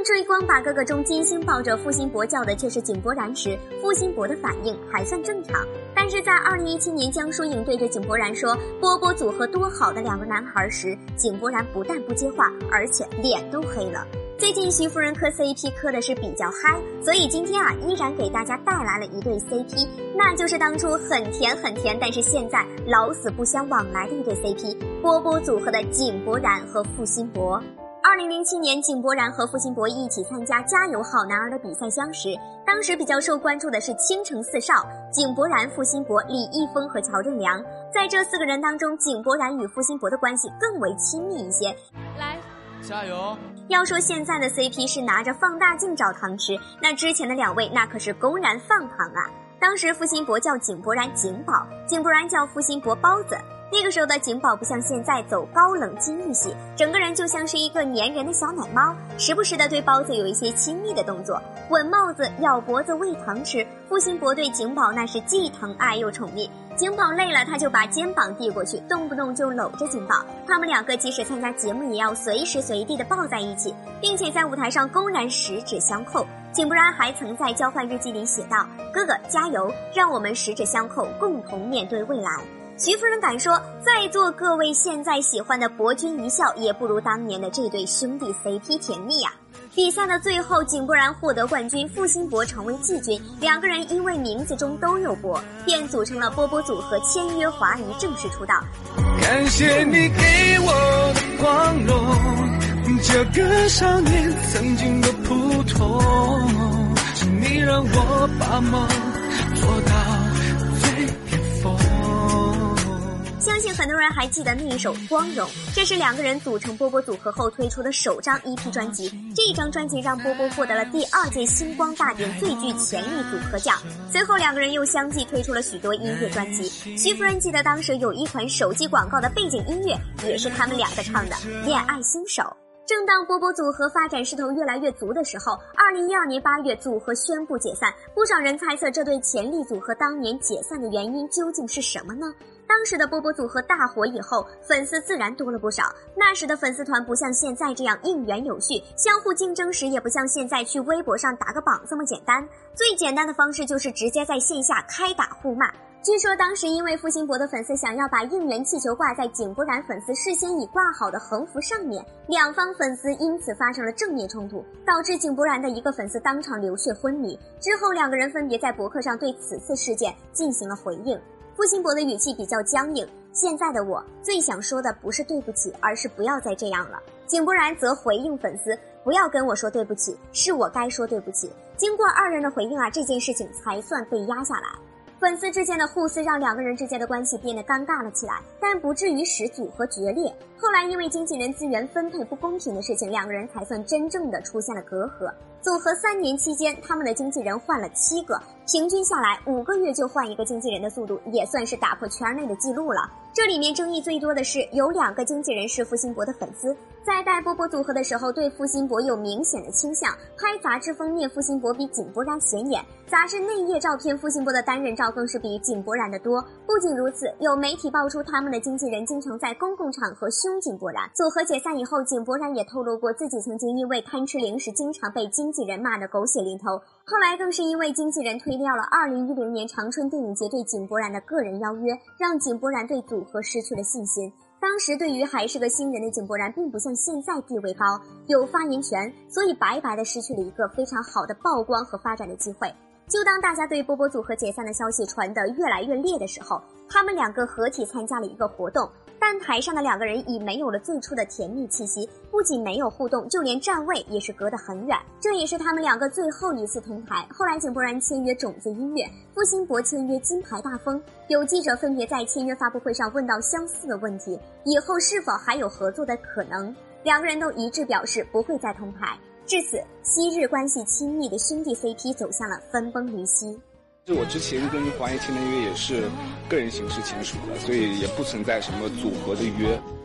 追光把哥哥中金星抱着付辛博叫的却是井柏然时，付辛博的反应还算正常。但是在2017年江疏影对着井柏然说波波组合多好的两个男孩时，井柏然不但不接话，而且脸都黑了。最近徐夫人磕 CP 磕的是比较嗨，所以今天依然给大家带来了一对 CP， 那就是当初很甜很甜，但是现在老死不相往来的一对 CP， 波波组合的井柏然和付辛博。2007年，井柏然和付辛博一起参加加油好男儿的比赛相识，当时比较受关注的是倾城四少井柏然、付辛博、李易峰和乔任梁。在这4个人当中，井柏然与付辛博的关系更为亲密一些。 来，加油！ 要说现在的 CP 是拿着放大镜找糖吃，那之前的2位那可是公然放糖啊。当时付辛博叫井柏然井宝，井柏然叫付辛博包子。那个时候的井宝不像现在走高冷金玉系，整个人就像是一个粘人的小奶猫，时不时的对包子有一些亲密的动作，吻帽子、咬脖子、喂糖吃。付辛博对井宝那是既疼爱又宠溺，井宝累了他就把肩膀递过去，动不动就搂着井宝，他们2个即使参加节目也要随时随地的抱在一起，并且在舞台上公然十指相扣。井柏然还曾在交换日记里写道：哥哥加油，让我们十指相扣，共同面对未来。徐夫人敢说，在座各位现在喜欢的博君一笑，也不如当年的这对兄弟 CP 甜蜜啊。比赛的最后，井柏然获得冠军，付辛博成为季军，2个人因为名字中都有波，便组成了波波组合，签约华谊正式出道。 感谢你给我的光荣，这个少年曾经的普通，是你让我把梦做到最巅峰。 相信很多人还记得那一首《光荣》，这是2个人组成波波组合后推出的首张 EP 专辑。这一张专辑让波波获得了第2届星光大典最具潜力组合奖。随后2个人又相继推出了许多音乐专辑。徐夫人记得当时有一款手机广告的背景音乐也是他们2个唱的《恋爱新手》。正当波波组合发展势头越来越足的时候，2012年8月组合宣布解散，不少人猜测这对潜力组合当年解散的原因究竟是什么呢？当时的波波组合大火以后，粉丝自然多了不少。那时的粉丝团不像现在这样应援有序，相互竞争时也不像现在去微博上打个榜这么简单。最简单的方式就是直接在线下开打互骂。据说当时因为付辛博的粉丝想要把应援气球挂在井柏然粉丝事先已挂好的横幅上面，2方粉丝因此发生了正面冲突，导致井柏然的一个粉丝当场流血昏迷。之后2个人分别在博客上对此次事件进行了回应。付辛博的语气比较僵硬，现在的我最想说的不是对不起，而是不要再这样了。井柏然则回应粉丝，不要跟我说对不起，是我该说对不起。经过2人的回应这件事情才算被压下来。粉丝之间的互撕让2个人之间的关系变得尴尬了起来，但不至于使组合决裂。后来因为经纪人资源分配不公平的事情，2个人才算真正的出现了隔阂。组合3年期间，他们的经纪人换了7个，平均下来5个月就换一个经纪人的速度，也算是打破圈内的记录了。这里面争议最多的是，有2个经纪人是付辛博的粉丝，在带波波组合的时候对付辛博有明显的倾向，拍杂志封面付辛博比井柏然显眼，杂志内页照片付辛博的单人照更是比井柏然的多。不仅如此，有媒体爆出他们的经纪人经常在公共场合凶井柏然。组合解散以后，井柏然也透露过自己曾经因为贪吃零食经常被经纪人骂得狗血淋头，后来更是因为经纪人推掉了2010年长春电影节对井柏然的个人邀约，让井柏然对组合失去了信心。当时对于还是个新人的井柏然并不像现在地位高，有发言权，所以白白的失去了一个非常好的曝光和发展的机会。就当大家对波波组合解散的消息传得越来越烈的时候，他们2个合体参加了一个活动，但台上的2个人已没有了最初的甜蜜气息，不仅没有互动，就连站位也是隔得很远。这也是他们2个最后一次同台。后来井柏然签约种子音乐，付辛博签约金牌大风。有记者分别在签约发布会上问到相似的问题，以后是否还有合作的可能？2个人都一致表示不会再同台。至此，昔日关系亲密的兄弟 CP 走向了分崩离析。 我之前跟华谊签的约也是个人形式签署的，所以也不存在什么组合的约。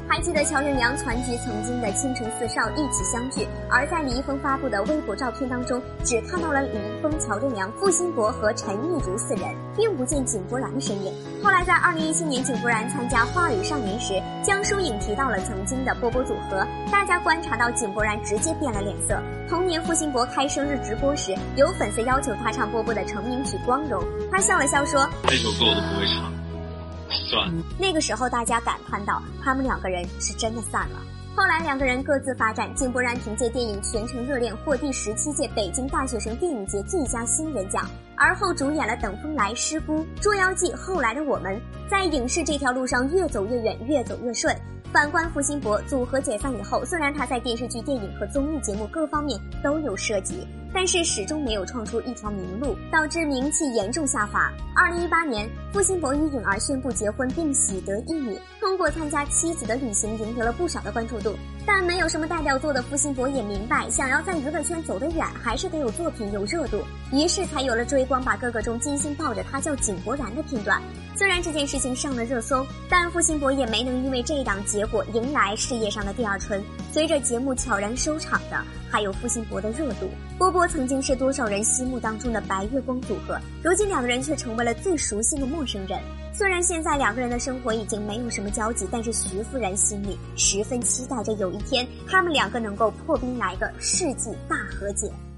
还记得乔任梁团聚曾经的青城四少一起相聚，而在李易峰发布的微博照片当中，只看到了李易峰、乔任梁、付辛博和陈亦儒4人，并不见井柏然的身影。后来在2017年井柏然参加《花儿与少年》时，江疏影提到了曾经的波波组合，大家观察到井柏然直接变了脸色。同年付辛博开生日直播时，有粉丝要求他唱波波的成名曲《光荣》，他笑了笑说：“ 这首歌我都不会唱。” 那个时候大家感叹到他们2个人是真的散了。后来2个人各自发展，井柏然凭借电影《全城热恋》获第17届北京大学生电影节最佳新人奖，而后主演了《等风来》《师姑》《捉妖记》《后来的我们》，在影视这条路上越走越远，越走越顺。反观付辛博，组合解散以后，虽然他在电视剧、电影和综艺节目各方面都有涉及，但是始终没有创出一条明路，导致名气严重下滑。2018年，付辛博与颖儿宣布结婚并喜得一女，通过参加妻子的旅行赢得了不少的关注度。但没有什么代表作的付辛博也明白，想要在娱乐圈走得远，还是得有作品有热度，于是才有了追光把哥哥中精心抱着他叫井柏然的片段。虽然这件事情上了热搜，但付辛博也没能因为这档结果迎来事业上的第二春。随着节目悄然收场的还有付辛博的热度。波波曾经是多少人心目当中的白月光组合，如今2个人却成为了最熟悉的陌生人。虽然现在2个人的生活已经没有什么交集，但是徐夫人心里十分期待着有一天他们2个能够破冰来个世纪大和解。